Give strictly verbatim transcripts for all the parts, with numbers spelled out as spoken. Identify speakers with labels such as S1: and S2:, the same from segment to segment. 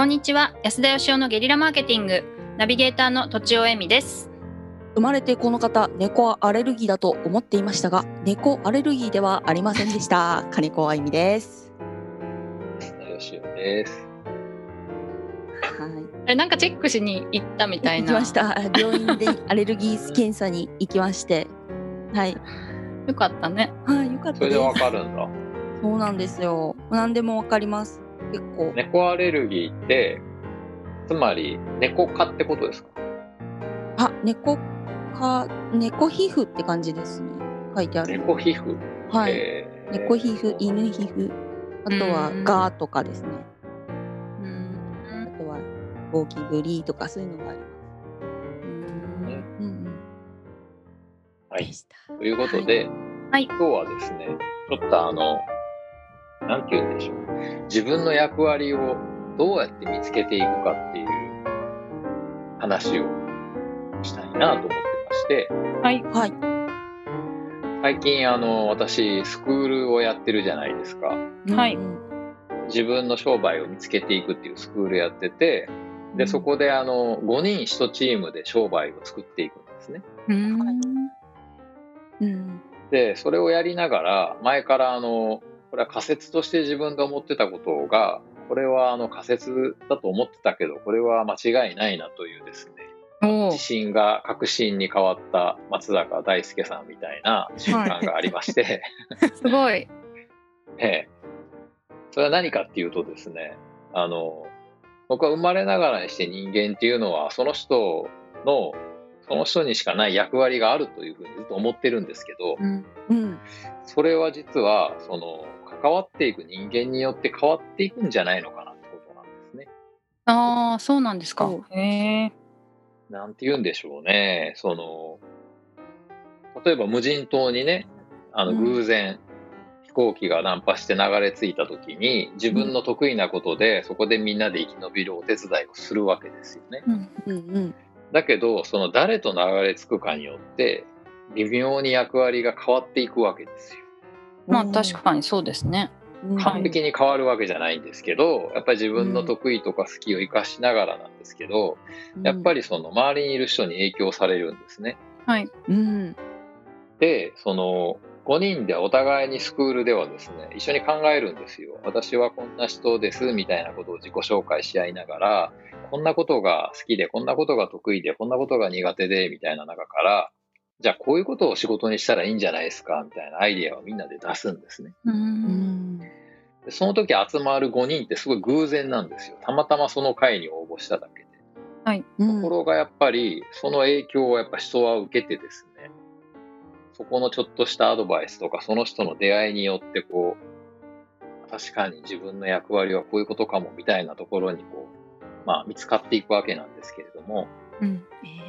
S1: こんにちは。安田義雄のゲリラマーケティングナビゲーターのとちおえみです。
S2: 生まれてこの方、猫はアレルギーだと思っていましたが、猫アレルギーではありませんでした金子あゆみです。
S3: 安田義雄です。
S2: はい、
S1: えなんかチェックしに行ったみたいな。
S2: 行きました。病院でアレルギー検査に行きましてはい。
S1: よかったね。
S2: はい、よかったです。
S3: それでわかるんだ。
S2: そうなんですよ。何でもわかります。結構
S3: 猫アレルギーってつまり猫科ってことですか？
S2: あ、猫か猫皮膚って感じですね。書いてある。
S3: 猫皮膚。
S2: はい、
S3: えー、
S2: 猫皮膚、犬皮膚、あとはガーとかですね。
S1: うん、
S2: あとはゴキブリとかそういうのがあります。
S1: うん、
S3: ね
S2: うんうん、
S3: はい。
S2: でした。
S3: ということで、
S1: はい、
S3: 今日はですね、ちょっとあのなんて言うんでしょう、自分の役割をどうやって見つけていくかっていう話をしたいなと思ってまして、
S1: はい
S2: はい。
S3: 最近あの私スクールをやってるじゃないですか。
S1: はい。
S3: 自分の商売を見つけていくっていうスクールやってて、でそこであのごにんいちチームで商売を作っていくんですね。
S1: うん
S2: うん、
S3: でそれをやりながら前からあのこれは仮説として自分が思ってたことが、これはあの仮説だと思ってたけどこれは間違いないなというですね、自信が確信に変わった松坂大輔さんみたいな瞬間がありまして、
S1: はい、すごい、
S3: ええ、それは何かっていうとですね、あの僕は生まれながらにして人間っていうのはその人のその人にしかない役割があるというふうにずっと思ってるんですけど、
S1: うん
S2: うん、
S3: それは実はその関わっていく人間によって変わっていくんじゃないのかなってことなんですね。
S1: ああ、そうなんですか。へえ。
S3: なんて言うんでしょうね。その例えば無人島にね、あの偶然、うん、飛行機が難破して流れ着いた時に自分の得意なことでそこでみんなで生き延びるお手伝いをするわけですよね。
S2: うんうんうん、
S3: だけどその誰と流れ着くかによって微妙に役割が変わっていくわけですよ。
S1: まあ確かにそうですね。
S3: 完璧に変わるわけじゃないんですけど、やっぱり自分の得意とか好きを生かしながらなんですけど、うん、やっぱりその周りにいる人に影響されるんですね。
S1: はい。
S2: うん、
S3: で、そのごにんでお互いにスクールではですね、一緒に考えるんですよ。私はこんな人ですみたいなことを自己紹介し合いながら、こんなことが好きで、こんなことが得意で、こんなことが苦手でみたいな中から、じゃあこういうことを仕事にしたらいいんじゃないですかみたいなアイデアをみんなで出すんですね。
S1: うん、
S3: でその時集まるごにんってすごい偶然なんですよ。たまたまその会に応募しただけで。
S1: はい、
S3: ところがやっぱりその影響をやっぱ人は受けてですね、そこのちょっとしたアドバイスとかその人の出会いによってこう、確かに自分の役割はこういうことかもみたいなところにこう、まあ、見つかっていくわけなんですけれども、
S1: うん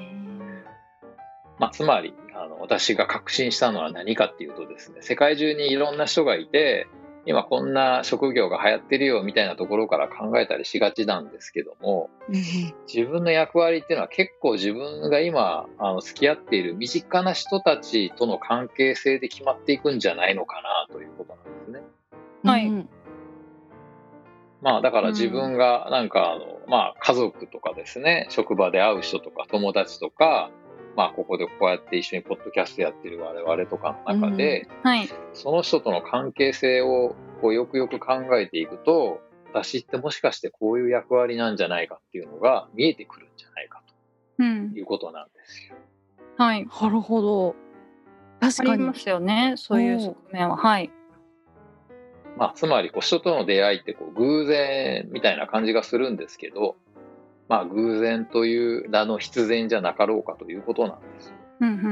S3: まあ、つまりあの私が確信したのは何かっていうとですね、世界中にいろんな人がいて今こんな職業が流行ってるよみたいなところから考えたりしがちなんですけども、うん、自分の役割っていうのは結構自分が今あの付き合っている身近な人たちとの関係性で決まっていくんじゃないのかなということなんですね。
S1: はい、うん、
S3: まあだから自分がなんかあの、まあ家族とかですね、職場で会う人とか友達とか、まあここでこうやって一緒にポッドキャストやってる我々とかの中で、
S1: うん、はい、
S3: その人との関係性をこうよくよく考えていくと、私ってもしかしてこういう役割なんじゃないかっていうのが見えてくるんじゃないかということなんですよ。
S1: うん、はい、
S2: なるほど。確かにあり
S1: ますよね、そういう側面は。はい。
S3: まあ、つまりこう人との出会いってこう偶然みたいな感じがするんですけど、まあ、偶然という名の必然じゃなかろうかということなんです。
S1: うんうんうん。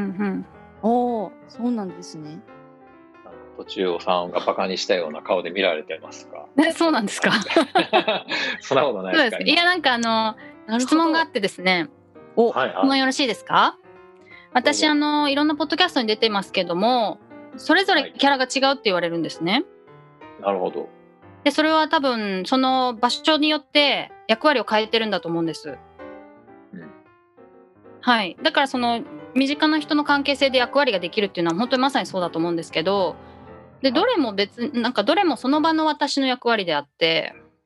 S2: おー、そうなんですね。
S3: 途中さんがバカにしたような顔で見られてますか？
S1: え、そうなんですか？
S3: そんなことないですか？
S1: そうです。いや、なんかあの質問があってですね。
S2: お、
S3: はいはい、
S1: 質問よろしいですか？私あのいろんなポッドキャストに出てますけども、それぞれキャラが違うって言われるんですね。
S3: はい、なるほど。
S1: でそれは多分その場所によって役割を変えてるんだと思うんです。うん、はい。だからその身近な人の関係性で役割ができるっていうのは本当にまさにそうだと思うんですけど、でどれも別なんかどれもその場の私の役割であって、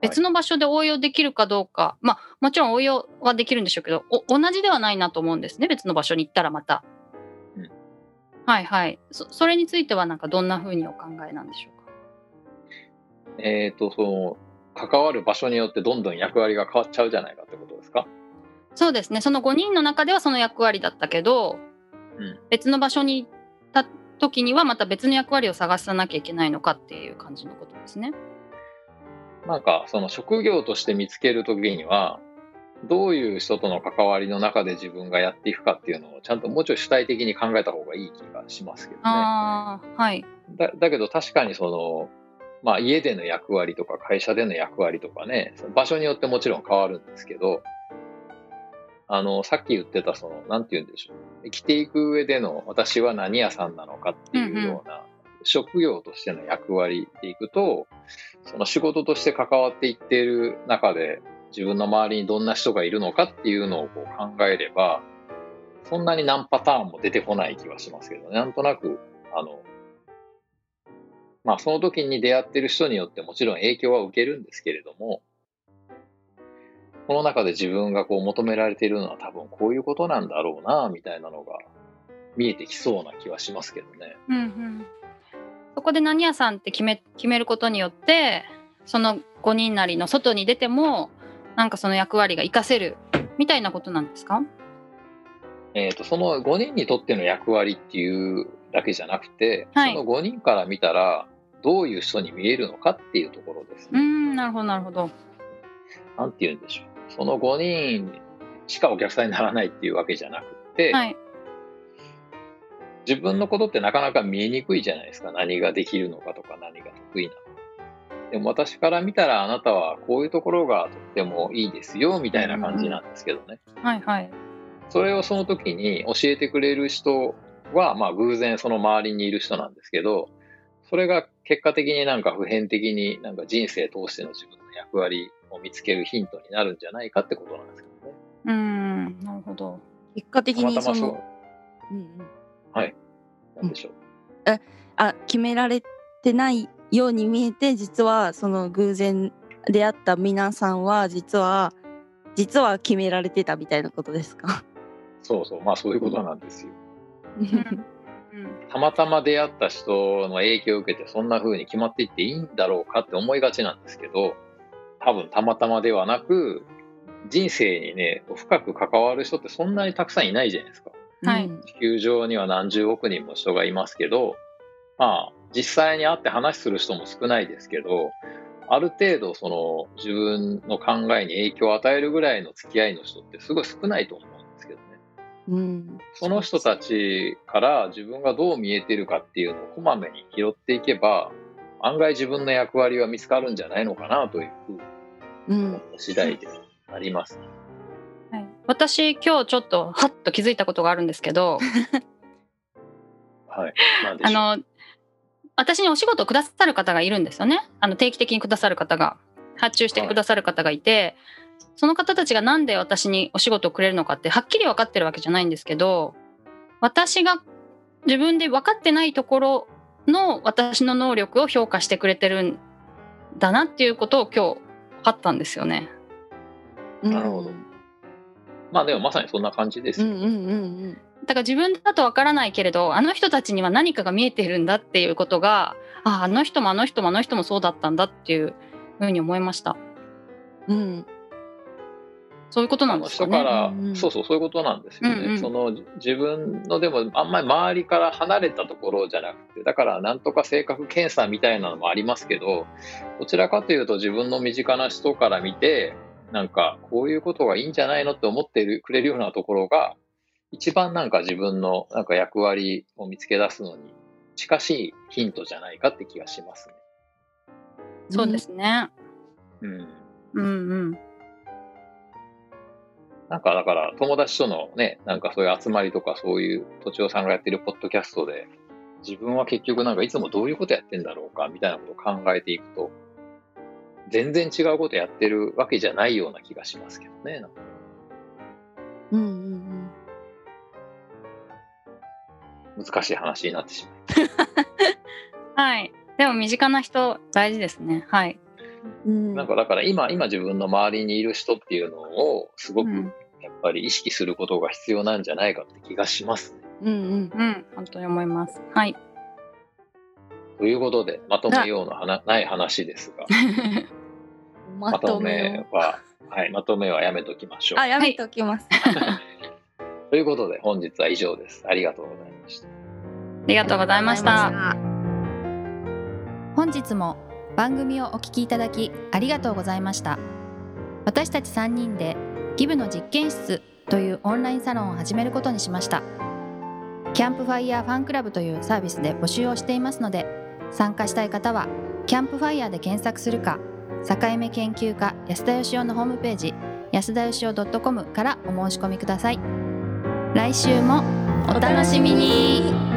S1: 別の場所で応用できるかどうか、まあもちろん応用はできるんでしょうけど、お同じではないなと思うんですね、別の場所に行ったらまた。
S3: うん
S1: はいはい。そそれについてはなんかどんな風にお考えなんでしょうか。
S3: えっと、その、関わる場所によってどんどん役割が変わっちゃうじゃないかってことですか？
S1: そうですね、そのごにんの中ではその役割だったけど、
S3: うん。
S1: 別の場所に行った時にはまた別の役割を探さなきゃいけないのかっていう感じのことですね。
S3: なんか、その職業として見つけるときには、どういう人との関わりの中で自分がやっていくかっていうのをちゃんともうちょい主体的に考えた方がいい気がしますけどね。
S1: ああ、はい。
S3: だだけど確かにその、まあ家での役割とか会社での役割とかね、その場所によってもちろん変わるんですけど、あの、さっき言ってたその、なんて言うんでしょう。生きていく上での私は何屋さんなのかっていうような、職業としての役割でいくと、その仕事として関わっていっている中で、自分の周りにどんな人がいるのかっていうのをこう考えれば、そんなに何パターンも出てこない気はしますけどね。なんとなく、あの、まあその時に出会ってる人によってもちろん影響は受けるんですけれども、この中で自分がこう求められているのは多分こういうことなんだろうな、みたいなのが見えてきそうな気はしますけどね。
S1: うんうん。そこで何屋さんって決め決めることによって、そのごにんなりの外に出てもなんかその役割が活かせるみたいなことなんですか？
S3: えっと、そのごにんにとっての役割っていうだけじゃなくて、
S1: はい
S3: そのごにんから見たらどういう人に見えるのかっていうところです
S1: うー
S3: ね。
S1: ん、なるほどなるほど。
S3: なんて言うんでしょう。そのごにんしかお客さんにならないっていうわけじゃなくて、
S1: はい。
S3: 自分のことってなかなか見えにくいじゃないですか。何ができるのかとか何が得意なのか。でも私から見たらあなたはこういうところがとってもいいですよみたいな感じなんですけどね。
S1: はいはい。
S3: それをその時に教えてくれる人は、まあ偶然その周りにいる人なんですけど、それが結果的になんか普遍的になんか人生通しての自分の役割を見つけるヒントになるんじゃないかってことなんですけどね。
S1: うーん、なるほど。
S2: 結果的
S3: たまたまそう、
S2: にその、うんうん、
S3: はい、なんでしょう。
S2: あ決められてないように見えて、実はその偶然出会った皆さんは実は実は決められてたみたいなことですか？
S3: そうそう、まあそういうことなんですよ。
S1: うんうん
S3: たまたま出会った人の影響を受けてそんな風に決まっていっていいんだろうかって思いがちなんですけど、多分たまたまではなく、人生にね、深く関わる人ってそんなにたくさんいないじゃないですか。
S1: はい
S2: うん
S3: 地球上には何十億人も人がいますけど、まあ、実際に会って話する人も少ないですけど、ある程度その自分の考えに影響を与えるぐらいの付き合いの人ってすごい少ないと思うんですけどね。
S2: うん、
S3: その人たちから自分がどう見えてるかっていうのをこまめに拾っていけば、案外自分の役割は見つかるんじゃないのかなというふうに
S2: うん
S3: 思った次第であります。
S1: はい、私今日ちょっとハッと気づいたことがあるんですけど
S3: はい。なんでしょう。
S1: あの私にお仕事をくださる方がいるんですよね。あの定期的にくださる方が発注してくださる方がいて、はい、その方たちがなんで私にお仕事をくれるのかってはっきり分かってるわけじゃないんですけど、私が自分で分かってないところの私の能力を評価してくれてるんだなっていうことを今日分かったんですよね。
S3: なるほど。まあでもまさにそんな感じですよ。
S2: うんうんうんうん。
S1: だから自分だとわからないけれど、あの人たちには何かが見えているんだっていうことが、あ、あの人もあの人もあの人もそうだったんだっていうふうに思いました。
S2: うん、
S1: そういうことなんですかね。
S3: 人から、
S2: うんうん、
S3: そうそうそういうことなんですよね。うんうん、その自分のでもあんまり周りから離れたところじゃなくて、だからなんとか性格検査みたいなのもありますけど、どちらかというと自分の身近な人から見て、なんかこういうことがいいんじゃないのって思ってるくれるようなところが一番なんか自分のなんか役割を見つけ出すのに近しいヒントじゃないかって気がしますね。
S1: そうですね。
S3: うん。
S1: うんうん。
S3: なんかだから友達とのね、なんかそういう集まりとかそういうとちおさんがやってるポッドキャストで自分は結局なんかいつもどういうことやってんだろうかみたいなことを考えていくと全然違うことやってるわけじゃないような気がしますけどね。なんか
S2: うんうんうん。
S3: 難しい話になってしまう。
S1: はい。でも身近な人大事ですね。はい。
S2: うん、
S3: なんかだから今今自分の周りにいる人っていうのをすごくやっぱり意識することが必要なんじゃないかって気がしますね。
S1: うんうんうん、本当に思います。はい。
S3: ということでまとめようのはなない話ですがまとめは、はい、まとめはやめときましょう。
S2: あ、やめときます。
S3: ということで本日は以上です。ありがとうございました。
S1: ありがとうございました。
S4: 本日も番組をお聞きいただきありがとうございました。私たちさんにんでギブの実験室というオンラインサロンを始めることにしました。キャンプファイヤーファンクラブというサービスで募集をしていますので、参加したい方はキャンプファイヤーで検索するか、境目研究家安田義雄のホームページ安田義雄 .com からお申し込みください。来週もお楽しみに。